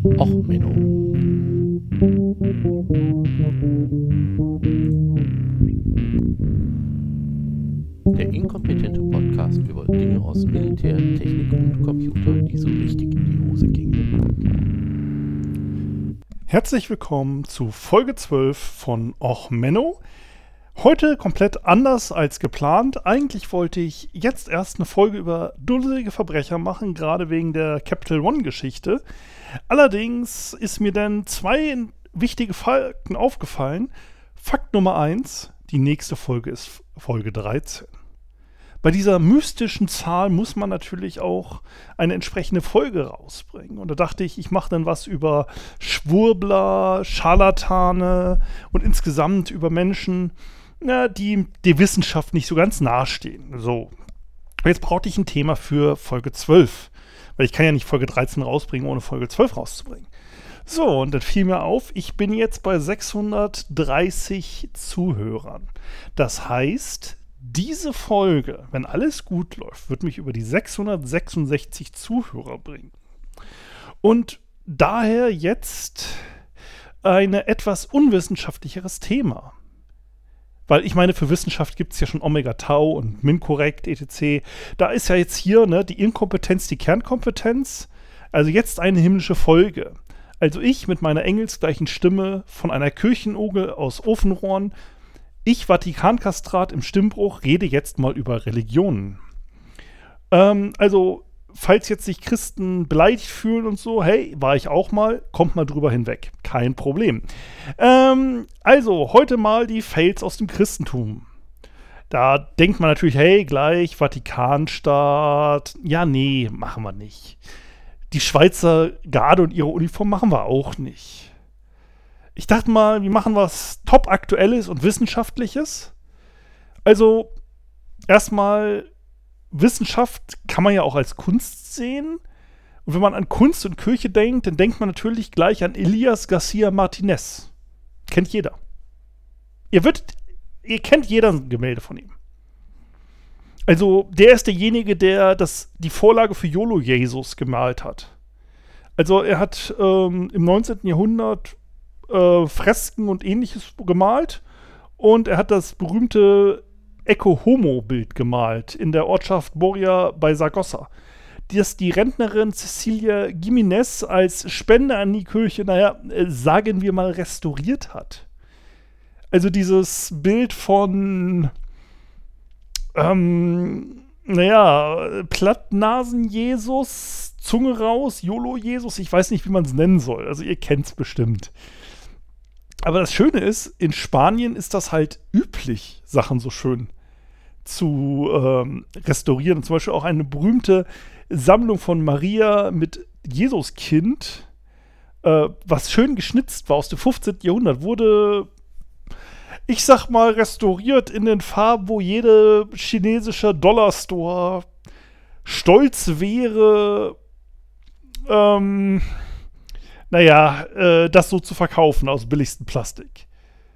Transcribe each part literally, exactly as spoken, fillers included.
Och, Menno. Der inkompetente Podcast über Dinge aus Militär, Technik und Computer, die so richtig in die Hose gingen. Herzlich willkommen zu Folge zwölf von Och, Menno. Heute komplett anders als geplant. Eigentlich wollte ich jetzt erst eine Folge über dusselige Verbrecher machen, gerade wegen der Capital One-Geschichte. Allerdings ist mir dann zwei wichtige Fakten aufgefallen. Fakt Nummer eins, die nächste Folge ist Folge dreizehn. Bei dieser mystischen Zahl muss man natürlich auch eine entsprechende Folge rausbringen. Und da dachte ich, ich mache dann was über Schwurbler, Scharlatane und insgesamt über Menschen, na, die der Wissenschaft nicht so ganz nahestehen. So, jetzt brauchte ich ein Thema für Folge zwölf. Weil ich kann ja nicht Folge dreizehn rausbringen, ohne Folge zwölf rauszubringen. So, und dann fiel mir auf, ich bin jetzt bei sechshundertdreißig Zuhörern. Das heißt, diese Folge, wenn alles gut läuft, wird mich über die sechshundertsechsundsechzig Zuhörer bringen. Und daher jetzt ein etwas unwissenschaftlicheres Thema. Weil ich meine, für Wissenschaft gibt es ja schon Omega Tau und MinCorrect, et cetera. Da ist ja jetzt hier ne, die Inkompetenz, die Kernkompetenz. Also jetzt eine himmlische Folge. Also ich mit meiner engelsgleichen Stimme von einer Kirchenogel aus Ofenrohren, ich Vatikankastrat im Stimmbruch, rede jetzt mal über Religionen. Ähm, also, falls jetzt sich Christen beleidigt fühlen und so, hey, war ich auch mal, kommt mal drüber hinweg. Kein Problem. Ähm, also, heute mal die Fails aus dem Christentum. Da denkt man natürlich, hey, gleich Vatikanstaat. Ja, nee, machen wir nicht. Die Schweizer Garde und ihre Uniform machen wir auch nicht. Ich dachte mal, wir machen was top Aktuelles und Wissenschaftliches. Also, erstmal, Wissenschaft kann man ja auch als Kunst sehen. Und wenn man an Kunst und Kirche denkt, dann denkt man natürlich gleich an Elias Garcia Martinez. Kennt jeder. Ihr, wird, ihr kennt jeder ein Gemälde von ihm. Also, der ist derjenige, der das, die Vorlage für YOLO Jesus gemalt hat. Also, er hat ähm, im neunzehnten Jahrhundert äh, Fresken und ähnliches gemalt. Und er hat das berühmte Ecce Homo-Bild gemalt in der Ortschaft Boria bei Saragossa, das die Rentnerin Cecilia Gimenez als Spende an die Kirche, naja, äh, sagen wir mal, restauriert hat. Also dieses Bild von, ähm, naja, Plattnasen-Jesus, Zunge raus, YOLO-Jesus, ich weiß nicht, wie man es nennen soll. Also ihr kennt es bestimmt. Aber das Schöne ist, in Spanien ist das halt üblich, Sachen so schön zu ähm, restaurieren. Und zum Beispiel auch eine berühmte Sammlung von Maria mit Jesuskind, äh, was schön geschnitzt war aus dem fünfzehnten Jahrhundert, wurde, ich sag mal, restauriert in den Farben, wo jede chinesische Dollarstore stolz wäre, ähm, naja, äh, das so zu verkaufen aus billigstem Plastik.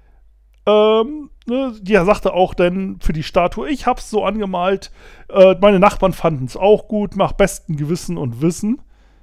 Ähm, ne, die sagte auch dann für die Statue, ich hab's so angemalt, äh, meine Nachbarn fanden es auch gut, nach bestem Gewissen und Wissen.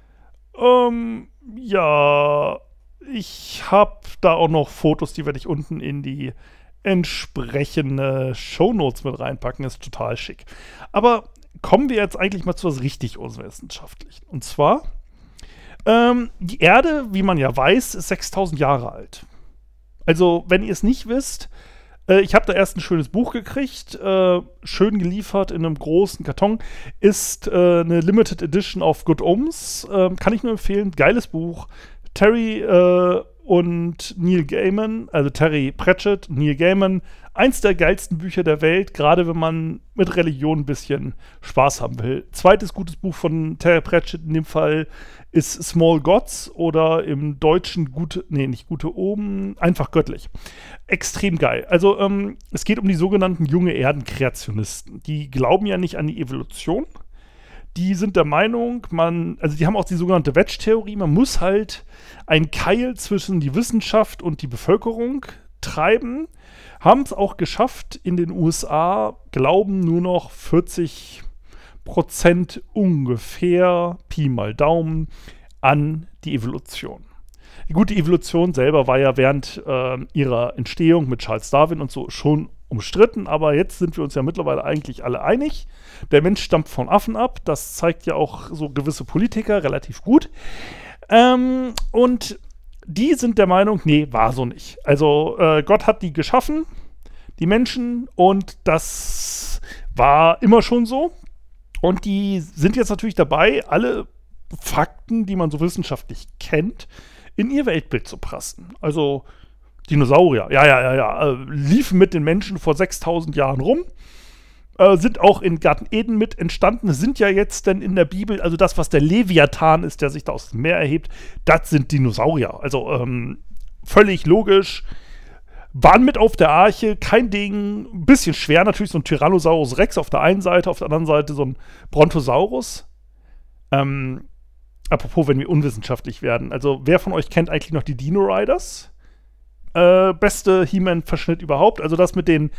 Ähm, ja, ich hab da auch noch Fotos, die werde ich unten in die entsprechende Shownotes mit reinpacken, ist total schick. Aber kommen wir jetzt eigentlich mal zu was richtig Unwissenschaftlichen. Und zwar, Ähm, die Erde, wie man ja weiß, ist sechstausend Jahre alt. Also, wenn ihr es nicht wisst, äh, ich habe da erst ein schönes Buch gekriegt, äh, schön geliefert in einem großen Karton, ist äh, eine Limited Edition auf Good Omens, äh, kann ich nur empfehlen, geiles Buch. Terry äh, und Neil Gaiman, also Terry Pratchett, Neil Gaiman, eins der geilsten Bücher der Welt, gerade wenn man mit Religion ein bisschen Spaß haben will. Zweites gutes Buch von Terry Pratchett in dem Fall ist Small Gods oder im Deutschen gute, nee, nicht gute Omen, einfach göttlich. Extrem geil. Also ähm, es geht um die sogenannten junge Erdenkreationisten. Die glauben ja nicht an die Evolution. Die sind der Meinung, man, also die haben auch die sogenannte Wedge-Theorie, man muss halt einen Keil zwischen die Wissenschaft und die Bevölkerung treiben. Haben es auch geschafft, in den U S A glauben nur noch vierzig Prozent ungefähr, Pi mal Daumen, an die Evolution. Gut, die Evolution selber war ja während äh, ihrer Entstehung mit Charles Darwin und so schon umstritten, aber jetzt sind wir uns ja mittlerweile eigentlich alle einig. Der Mensch stammt von Affen ab, das zeigt ja auch so gewisse Politiker relativ gut. Ähm, und die sind der Meinung, nee, war so nicht. Also äh, Gott hat die geschaffen, die Menschen, und das war immer schon so. Und die sind jetzt natürlich dabei, alle Fakten, die man so wissenschaftlich kennt, in ihr Weltbild zu prassen. Also Dinosaurier, ja, ja, ja, ja, äh, liefen mit den Menschen vor sechstausend Jahren rum, äh, sind auch in Garten Eden mit entstanden, sind ja jetzt denn in der Bibel, also das, was der Leviathan ist, der sich da aus dem Meer erhebt, das sind Dinosaurier. Also ähm, völlig logisch, waren mit auf der Arche, kein Ding, ein bisschen schwer natürlich, so ein Tyrannosaurus Rex auf der einen Seite, auf der anderen Seite so ein Brontosaurus. Ähm, apropos, wenn wir unwissenschaftlich werden, also wer von euch kennt eigentlich noch die Dino Riders? Äh, beste He-Man-Verschnitt überhaupt, also das mit den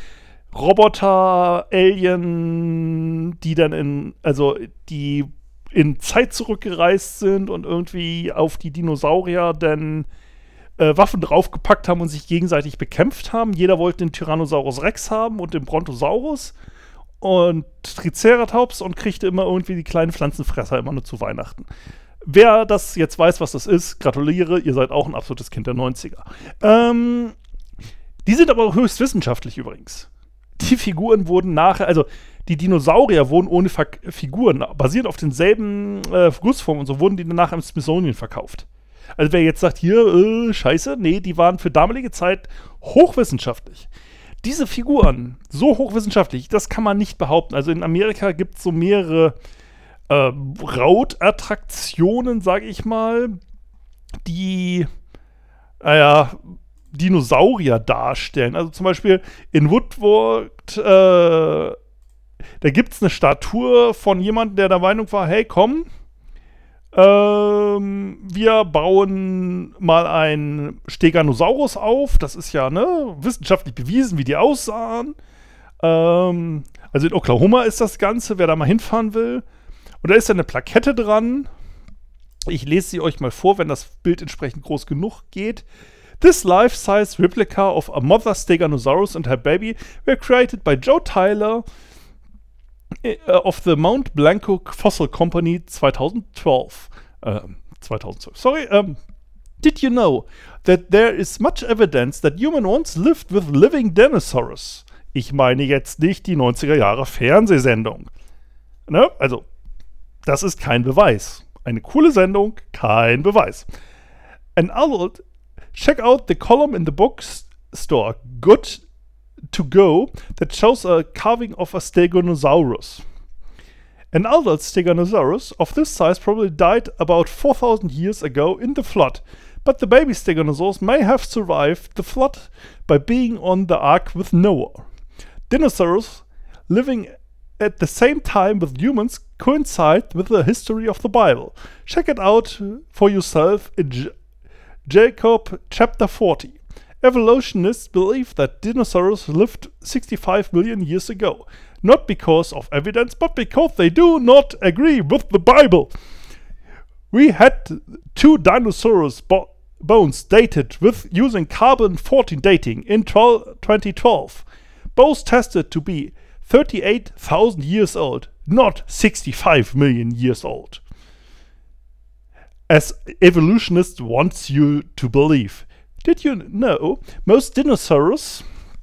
Roboter-Alien, die dann in, also die in Zeit zurückgereist sind und irgendwie auf die Dinosaurier dann äh, Waffen draufgepackt haben und sich gegenseitig bekämpft haben. Jeder wollte den Tyrannosaurus Rex haben und den Brontosaurus und Triceratops und kriegte immer irgendwie die kleinen Pflanzenfresser immer nur zu Weihnachten. Wer das jetzt weiß, was das ist, gratuliere, ihr seid auch ein absolutes Kind der neunziger. Ähm, die sind aber auch höchst wissenschaftlich übrigens. Die Figuren wurden nachher, also die Dinosaurier wurden ohne Fa- Figuren, basierend auf denselben äh, Gussformen und so, wurden die dann nachher im Smithsonian verkauft. Also wer jetzt sagt, hier, äh, scheiße, nee, die waren für damalige Zeit hochwissenschaftlich. Diese Figuren, so hochwissenschaftlich, das kann man nicht behaupten. Also in Amerika gibt es so mehrere äh, Rautattraktionen, sage ich mal, die, naja, Dinosaurier darstellen. Also zum Beispiel in Woodward, äh, da gibt es eine Statue von jemandem, der der Meinung war, hey, komm, ähm, wir bauen mal einen Steganosaurus auf. Das ist ja, ne, wissenschaftlich bewiesen, wie die aussahen. Ähm, also in Oklahoma ist das Ganze, wer da mal hinfahren will. Und da ist ja eine Plakette dran. Ich lese sie euch mal vor, wenn das Bild entsprechend groß genug geht. This life-size replica of a mother Steganosaurus and her baby were created by Joe Tyler uh, of the Mount Blanco Fossil Company twenty twelve. Uh, twenty twelve. Sorry. Um, did you know that there is much evidence that human once lived with living dinosaurs? Ich meine jetzt nicht die neunziger Jahre Fernsehsendung. Ne? Also, das ist kein Beweis. Eine coole Sendung, kein Beweis. An adult Check out the column in the bookstore, Good to Go, that shows a carving of a Steganosaurus. An adult Steganosaurus of this size probably died about four thousand years ago in the flood, but the baby Steganosaurus may have survived the flood by being on the ark with Noah. Dinosaurs living at the same time with humans coincide with the history of the Bible. Check it out for yourself in J- Jacob chapter forty. Evolutionists believe that dinosaurs lived sixty-five million years ago, not because of evidence, but because they do not agree with the Bible. We had two dinosaurs bo- bones dated with using carbon fourteen dating in twenty twelve. Both tested to be thirty-eight thousand years old, not sixty-five million years old. As evolutionists want you to believe. Did you know most dinosaurs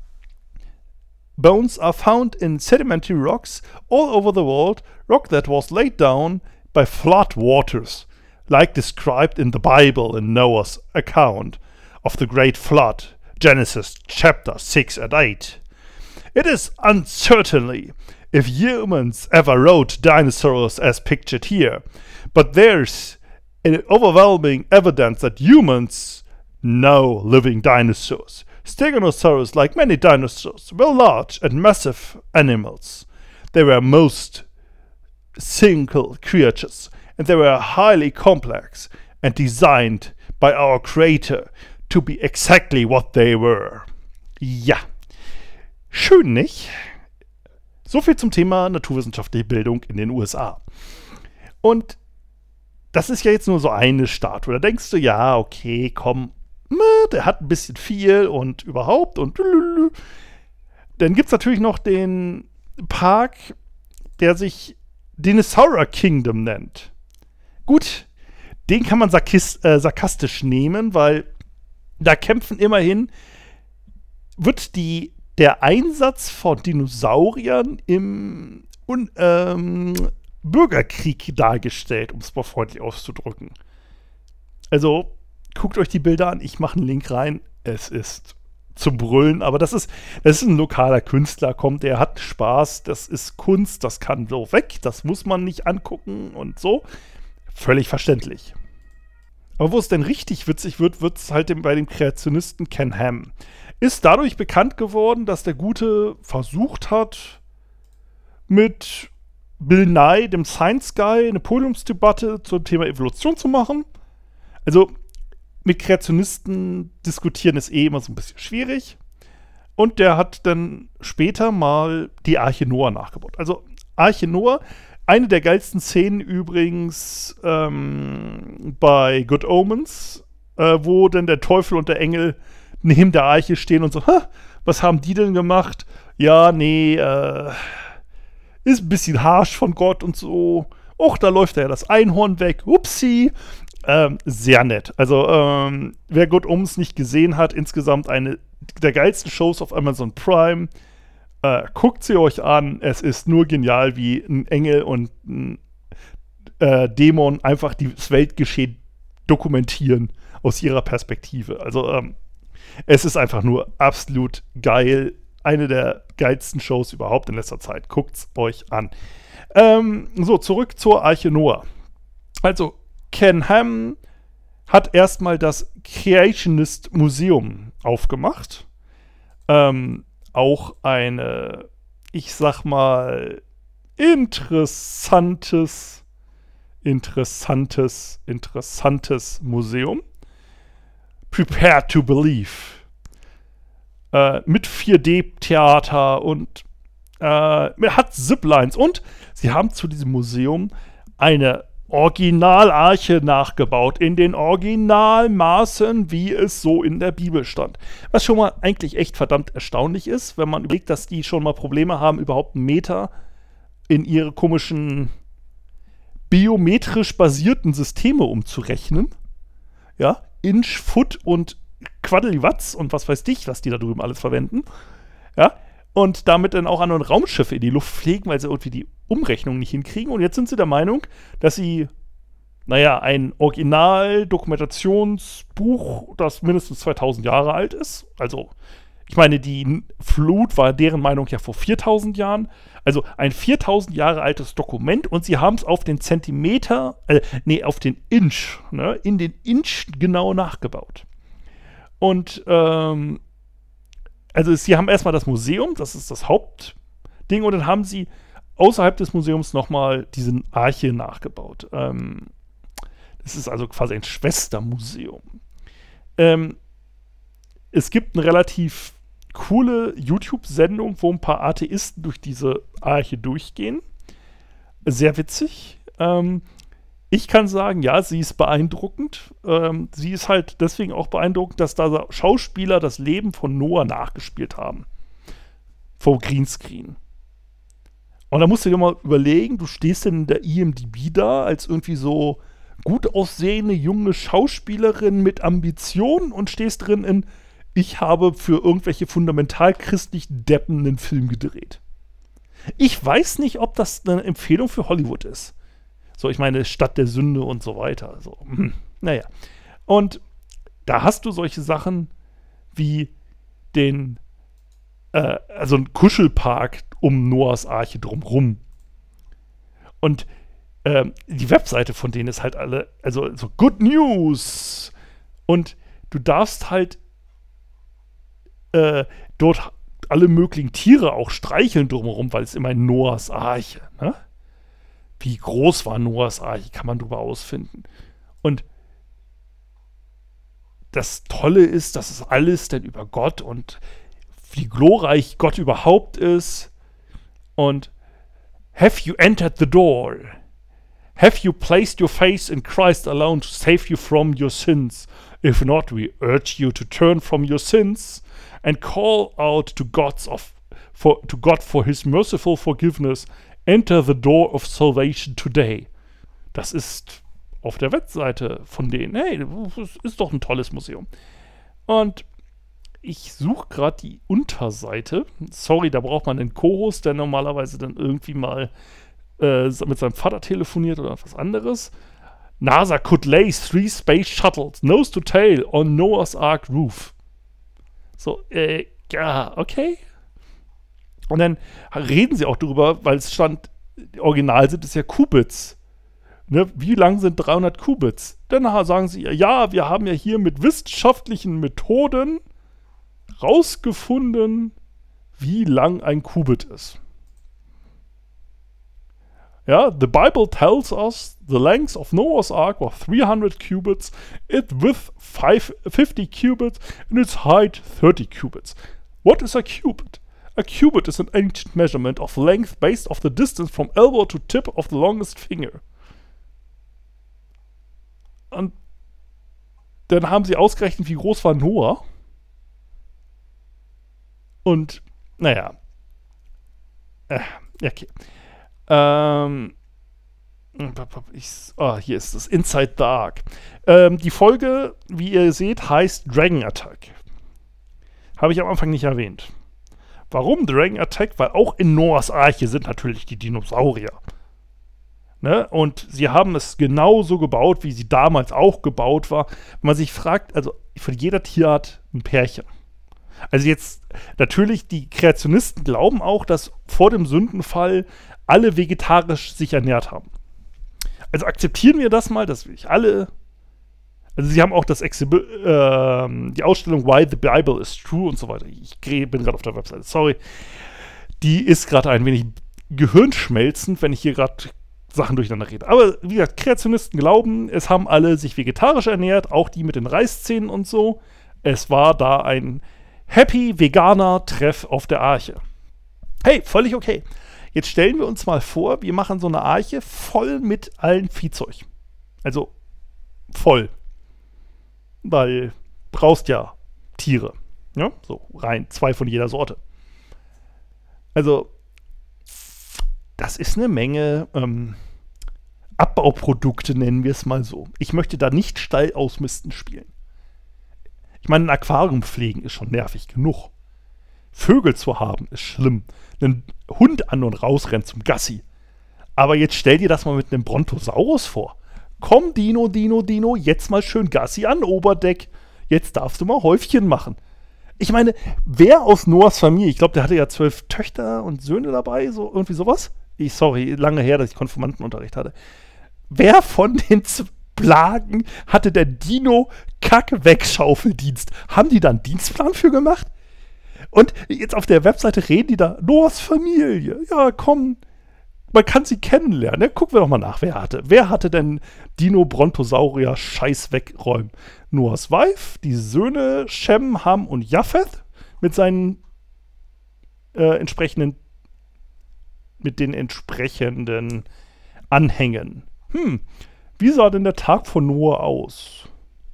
bones are found in sedimentary rocks all over the world, rock that was laid down by flood waters, like described in the Bible in Noah's account of the great flood, Genesis chapter six and eight. It is uncertainly if humans ever wrote dinosaurs as pictured here, but there's an overwhelming evidence that humans know living dinosaurs. Steganosaurus, like many dinosaurs, were large and massive animals. They were most single creatures, and they were highly complex and designed by our Creator to be exactly what they were. Ja, schön, nicht? So viel zum Thema naturwissenschaftliche Bildung in den U S A. Und das ist ja jetzt nur so eine Statue. Da denkst du, ja, okay, komm, der hat ein bisschen viel und überhaupt und dann gibt es natürlich noch den Park, der sich Dinosaur Kingdom nennt. Gut, den kann man sarkist, äh, sarkastisch nehmen, weil da kämpfen immerhin, wird die, der Einsatz von Dinosauriern im un, ähm, Bürgerkrieg dargestellt, um es mal freundlich auszudrücken. Also, guckt euch die Bilder an, ich mache einen Link rein, es ist zum Brüllen, aber das ist, das ist ein lokaler Künstler, kommt, der hat Spaß, das ist Kunst, das kann so weg, das muss man nicht angucken und so. Völlig verständlich. Aber wo es denn richtig witzig wird, wird es halt bei dem Kreationisten Ken Ham. Ist dadurch bekannt geworden, dass der Gute versucht hat, mit Bill Nye, dem Science Guy, eine Podiumsdebatte zum Thema Evolution zu machen. Also mit Kreationisten diskutieren ist eh immer so ein bisschen schwierig. Und der hat dann später mal die Arche Noah nachgebaut. Also Arche Noah, eine der geilsten Szenen übrigens ähm, bei Good Omens, äh, wo dann der Teufel und der Engel neben der Arche stehen und so, was haben die denn gemacht? Ja, nee, äh, ist ein bisschen harsch von Gott und so. Och, da läuft ja das Einhorn weg. Upsi. Ähm, sehr nett. Also, ähm, wer Good Omens nicht gesehen hat, insgesamt eine der geilsten Shows auf Amazon Prime. Äh, guckt sie euch an. Es ist nur genial, wie ein Engel und ein äh, Dämon einfach das Weltgeschehen dokumentieren aus ihrer Perspektive. Also, ähm, es ist einfach nur absolut geil. Eine der geilsten Shows überhaupt in letzter Zeit. Guckt's euch an. Ähm, so, zurück zur Arche Noah. Also, Ken Ham hat erstmal das Creationist Museum aufgemacht. Ähm, auch eine, ich sag mal, interessantes, interessantes, interessantes Museum. Prepare to Believe. Äh, mit vier D-Theater und äh, hat Ziplines. Und sie haben zu diesem Museum eine Originalarche nachgebaut, in den Originalmaßen, wie es so in der Bibel stand. Was schon mal eigentlich echt verdammt erstaunlich ist, wenn man überlegt, dass die schon mal Probleme haben, überhaupt einen Meter in ihre komischen biometrisch basierten Systeme umzurechnen. Ja, Inch, Foot und Quaddeliwatz und was weiß ich, was die da drüben alles verwenden. Ja, und damit dann auch an Raumschiffe in die Luft fliegen, weil sie irgendwie die Umrechnung nicht hinkriegen. Und jetzt sind sie der Meinung, dass sie, naja, ein Original-Dokumentationsbuch, das mindestens zweitausend Jahre alt ist. Also, ich meine, die Flut war deren Meinung ja vor viertausend Jahren. Also ein viertausend Jahre altes Dokument und sie haben es auf den Zentimeter, äh, nee, auf den Inch, ne, in den Inch genau nachgebaut. Und, ähm, also sie haben erstmal das Museum, das ist das Hauptding, und dann haben sie außerhalb des Museums nochmal diesen Arche nachgebaut. Ähm, das ist also quasi ein Schwestermuseum. Ähm, es gibt eine relativ coole YouTube-Sendung, wo ein paar Atheisten durch diese Arche durchgehen. Sehr witzig. Ähm, ich kann sagen, ja, sie ist beeindruckend. Ähm, sie ist halt deswegen auch beeindruckend, dass da Schauspieler das Leben von Noah nachgespielt haben. Vor Greenscreen. Und da musst du dir mal überlegen, du stehst denn in der I M D B da als irgendwie so gut aussehende junge Schauspielerin mit Ambitionen und stehst drin in, ich habe für irgendwelche fundamental christlichen Deppen einen Film gedreht. Ich weiß nicht, ob das eine Empfehlung für Hollywood ist. So, ich meine, Stadt der Sünde und so weiter. So, hm, naja. Und da hast du solche Sachen wie den, äh, also ein Kuschelpark um Noahs Arche drumrum. Und äh, die Webseite von denen ist halt alle, also so Good News. Und du darfst halt äh, dort alle möglichen Tiere auch streicheln drumherum, weil es immerhin Noahs Arche, ne? Wie groß war Noahs Arche, kann man darüber ausfinden. Und das Tolle ist, dass es alles denn über Gott und wie glorreich Gott überhaupt ist. Und have you entered the door? Have you placed your faith in Christ alone to save you from your sins? If not, we urge you to turn from your sins and call out to God's of for to God for his merciful forgiveness. Enter the door of salvation today. Das ist auf der Webseite von denen. Hey, das ist doch ein tolles Museum. Und ich suche gerade die Unterseite. Sorry, da braucht man einen Co-Host, der normalerweise dann irgendwie mal äh, mit seinem Vater telefoniert oder was anderes. NASA could lay three space shuttles, nose to tail, on Noah's Ark roof. So, äh, ja, okay. Und dann reden sie auch drüber, weil es stand, original sind es ja Qubits. Ne, wie lang sind dreihundert Qubits? Dann sagen sie, ja, wir haben ja hier mit wissenschaftlichen Methoden rausgefunden, wie lang ein Qubit ist. Ja, the Bible tells us the length of Noah's Ark was three hundred cubits, its width fifty cubits, and its height thirty cubits. What is a cubit? A cubit is an ancient measurement of length based off the distance from elbow to tip of the longest finger. Und dann haben sie ausgerechnet, wie groß war Noah. Und, naja. Äh, okay. Ähm. Ich, oh, hier ist es. Inside Dark. Ähm, die Folge, wie ihr seht, heißt Dragon Attack. Habe ich am Anfang nicht erwähnt. Warum Dragon Attack? Weil auch in Noahs Arche sind natürlich die Dinosaurier. Ne? Und sie haben es genauso gebaut, wie sie damals auch gebaut war. Wenn man sich fragt, also für jeder Tierart ein Pärchen. Also jetzt, natürlich, die Kreationisten glauben auch, dass vor dem Sündenfall alle vegetarisch sich ernährt haben. Also akzeptieren wir das mal, dass wirklich alle, also sie haben auch das Exhibi äh, die Ausstellung Why the Bible is True und so weiter. Ich bin gerade auf der Webseite, sorry. Die ist gerade ein wenig gehirnschmelzend, wenn ich hier gerade Sachen durcheinander rede. Aber wie gesagt, Kreationisten glauben, es haben alle sich vegetarisch ernährt, auch die mit den Reißzähnen und so. Es war da ein happy veganer Treff auf der Arche. Hey, völlig okay. Jetzt stellen wir uns mal vor, wir machen so eine Arche voll mit allen Viehzeug. Also voll. Weil brauchst ja Tiere. Ja, so rein, zwei von jeder Sorte. Also das ist eine Menge ähm, Abbauprodukte, nennen wir es mal so. Ich möchte da nicht Stall ausmisten spielen. Ich meine, ein Aquarium pflegen ist schon nervig genug. Vögel zu haben ist schlimm. Einen Hund an und rausrennt zum Gassi. Aber jetzt stell dir das mal mit einem Brontosaurus vor. Komm, Dino, Dino, Dino, jetzt mal schön Gassi an Oberdeck. Jetzt darfst du mal Häufchen machen. Ich meine, wer aus Noahs Familie, ich glaube, der hatte ja zwölf Töchter und Söhne dabei, so irgendwie sowas. Ich, sorry, lange her, dass ich Konfirmandenunterricht hatte. Wer von den Plagen hatte der Dino-Kack-Wegschaufeldienst? Haben die da einen Dienstplan für gemacht? Und jetzt auf der Webseite reden die da, Noahs Familie, ja komm, man kann sie kennenlernen. Ja, gucken wir doch mal nach, wer hatte. Wer hatte denn Dino-Brontosaurier Scheiß wegräumen? Noahs Wife, die Söhne Shem, Ham und Japheth mit seinen äh, entsprechenden, mit den entsprechenden Anhängen. Hm, wie sah denn der Tag von Noah aus?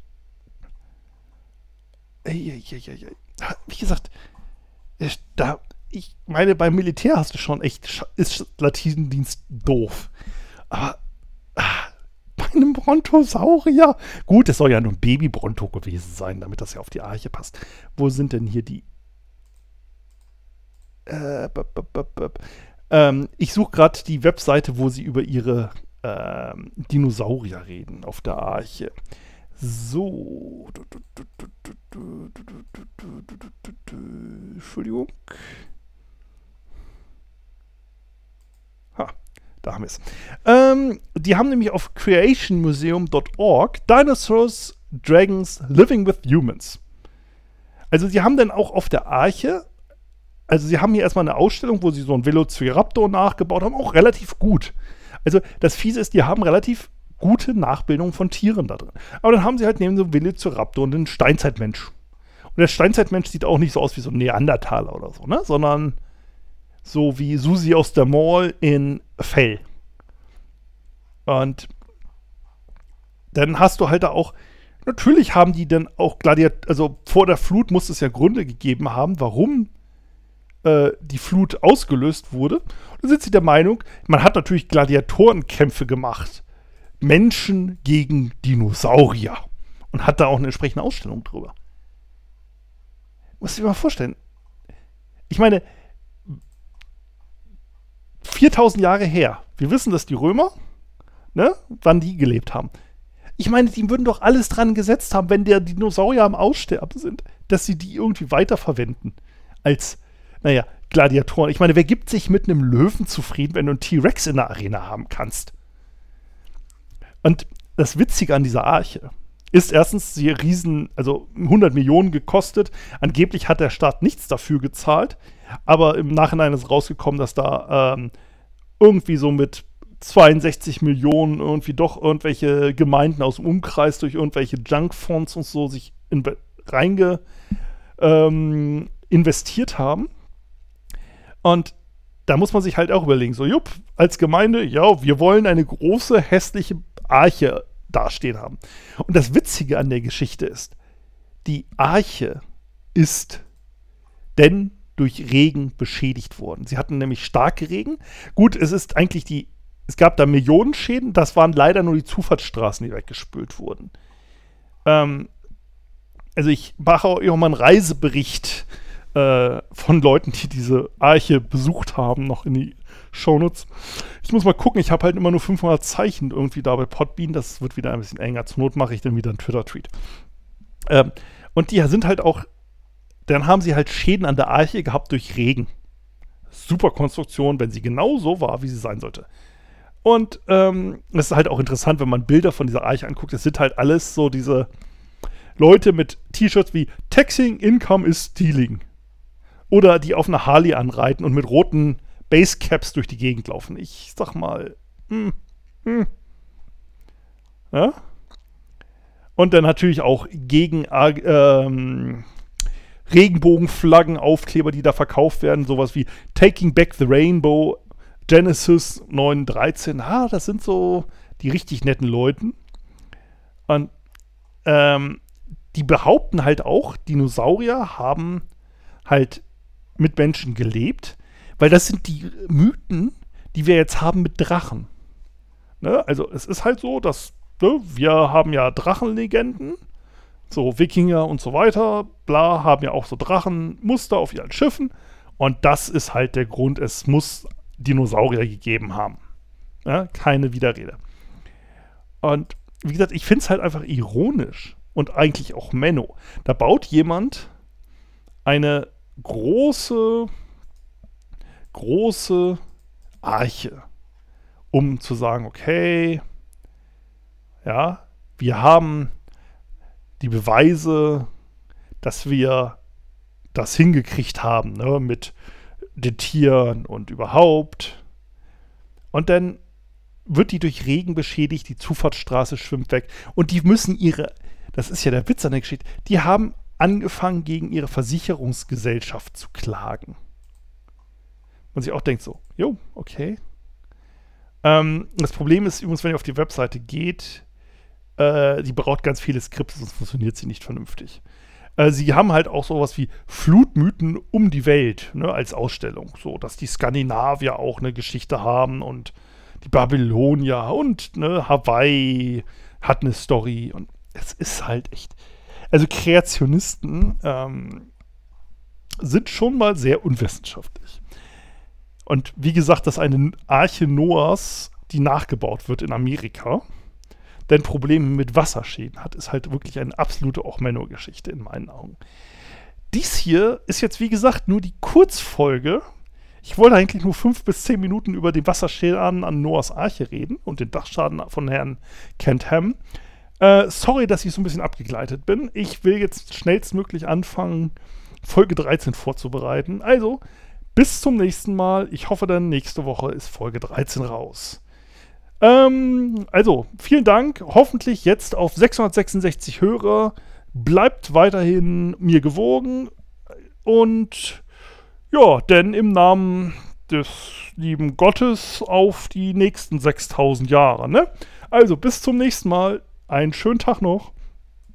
Ey, ey, ey, ey. Wie gesagt, da, ich meine, beim Militär hast du schon echt, ist Latinendienst doof. Aber ah, bei einem Brontosaurier, gut, es soll ja nur ein Baby-Bronto gewesen sein, damit das ja auf die Arche passt. Wo sind denn hier die? Äh, bop, bop, bop, bop. Ähm, ich suche gerade die Webseite, wo sie über ihre ähm, Dinosaurier reden auf der Arche. So. Entschuldigung. Ha, da haben wir es. Ähm, die haben nämlich auf creation museum dot org Dinosaurs, Dragons, Living with Humans. Also sie haben dann auch auf der Arche, also sie haben hier erstmal eine Ausstellung, wo sie so einen Velociraptor nachgebaut haben, auch relativ gut. Also das Fiese ist, die haben relativ gute Nachbildung von Tieren da drin. Aber dann haben sie halt neben so einem Velociraptor einen Steinzeitmensch. Und der Steinzeitmensch sieht auch nicht so aus wie so ein Neandertaler oder so, ne? Sondern so wie Susi aus der Mall in Fell. Und dann hast du halt da auch, natürlich haben die dann auch Gladiatoren, also vor der Flut muss es ja Gründe gegeben haben, warum äh, die Flut ausgelöst wurde. Da sind sie der Meinung, man hat natürlich Gladiatorenkämpfe gemacht. Menschen gegen Dinosaurier. Und hat da auch eine entsprechende Ausstellung drüber. Muss ich dir mal vorstellen. Ich meine, viertausend Jahre her. Wir wissen, dass die Römer, ne, wann die gelebt haben. Ich meine, die würden doch alles dran gesetzt haben, wenn der Dinosaurier am Aussterben sind, dass sie die irgendwie weiterverwenden. Als, naja, Gladiatoren. Ich meine, wer gibt sich mit einem Löwen zufrieden, wenn du einen T-Rex in der Arena haben kannst? Und das Witzige an dieser Arche ist erstens, sie riesen, also hundert Millionen gekostet. Angeblich hat der Staat nichts dafür gezahlt. Aber im Nachhinein ist rausgekommen, dass da ähm, irgendwie so mit zweiundsechzig Millionen irgendwie doch irgendwelche Gemeinden aus dem Umkreis durch irgendwelche Junkfonds und so sich in, reinge ähm, investiert haben. Und da muss man sich halt auch überlegen, so, jupp, als Gemeinde, ja, wir wollen eine große, hässliche Arche dastehen haben. Und das Witzige an der Geschichte ist, die Arche ist denn durch Regen beschädigt worden. Sie hatten nämlich starke Regen. Gut, es ist eigentlich die, es gab da Millionen Schäden, das waren leider nur die Zufahrtsstraßen, die weggespült wurden. Ähm, also ich mache auch mal einen Reisebericht äh, von Leuten, die diese Arche besucht haben, noch in die Shownotes. Ich muss mal gucken, ich habe halt immer nur fünfhundert Zeichen irgendwie da bei Podbean, das wird wieder ein bisschen enger. Zur Not mache ich dann wieder einen Twitter-Tweet. Ähm, und die sind halt auch, dann haben sie halt Schäden an der Arche gehabt durch Regen. Super Konstruktion, wenn sie genau so war, wie sie sein sollte. Und ähm, es ist halt auch interessant, wenn man Bilder von dieser Arche anguckt. Es sind halt alles so diese Leute mit T-Shirts wie Taxing Income is Stealing. Oder die auf einer Harley anreiten und mit roten Basecaps durch die Gegend laufen. Ich sag mal, hm, hm. Ja? Und dann natürlich auch gegen ähm, Regenbogenflaggen, Aufkleber, die da verkauft werden. Sowas wie Taking Back the Rainbow, Genesis neun dreizehn. Ha, das sind so die richtig netten Leute. Und ähm, die behaupten halt auch, Dinosaurier haben halt mit Menschen gelebt. Weil das sind die Mythen, die wir jetzt haben mit Drachen. Ne? Also es ist halt so, dass ne, wir haben ja Drachenlegenden, so Wikinger und so weiter, bla, haben ja auch so Drachenmuster auf ihren Schiffen. Und das ist halt der Grund, es muss Dinosaurier gegeben haben. Ja? Keine Widerrede. Und wie gesagt, ich finde es halt einfach ironisch und eigentlich auch Menno. Da baut jemand eine große... große Arche, um zu sagen, okay, ja, wir haben die Beweise, dass wir das hingekriegt haben, ne, mit den Tieren und überhaupt. Und dann wird die durch Regen beschädigt, die Zufahrtsstraße schwimmt weg und die müssen ihre, das ist ja der Witz an der Geschichte, die haben angefangen, gegen ihre Versicherungsgesellschaft zu klagen. Und sich auch denkt so, jo, okay. Ähm, das Problem ist übrigens, wenn ihr auf die Webseite geht, äh, die braucht ganz viele Skripte, sonst funktioniert sie nicht vernünftig. Äh, sie haben halt auch sowas wie Flutmythen um die Welt, ne, als Ausstellung. So, dass die Skandinavier auch eine Geschichte haben und die Babylonier und ne, Hawaii hat eine Story. Und es ist halt echt. Also Kreationisten ähm, sind schon mal sehr unwissenschaftlich. Und wie gesagt, dass eine Arche Noahs, die nachgebaut wird in Amerika, denn Probleme mit Wasserschäden hat, ist halt wirklich eine absolute Och-Menno-Geschichte in meinen Augen. Dies hier ist jetzt, wie gesagt, nur die Kurzfolge. Ich wollte eigentlich nur fünf bis zehn Minuten über den Wasserschaden an Noahs Arche reden und den Dachschaden von Herrn Kent Ham. Äh, sorry, dass ich so ein bisschen abgegleitet bin. Ich will jetzt schnellstmöglich anfangen, Folge dreizehn vorzubereiten. Also, bis zum nächsten Mal. Ich hoffe dann, nächste Woche ist Folge dreizehn raus. Ähm, also, vielen Dank. Hoffentlich jetzt auf sechshundertsechsundsechzig Hörer. Bleibt weiterhin mir gewogen. Und ja, denn im Namen des lieben Gottes auf die nächsten sechstausend Jahre, ne? Also bis zum nächsten Mal. Einen schönen Tag noch.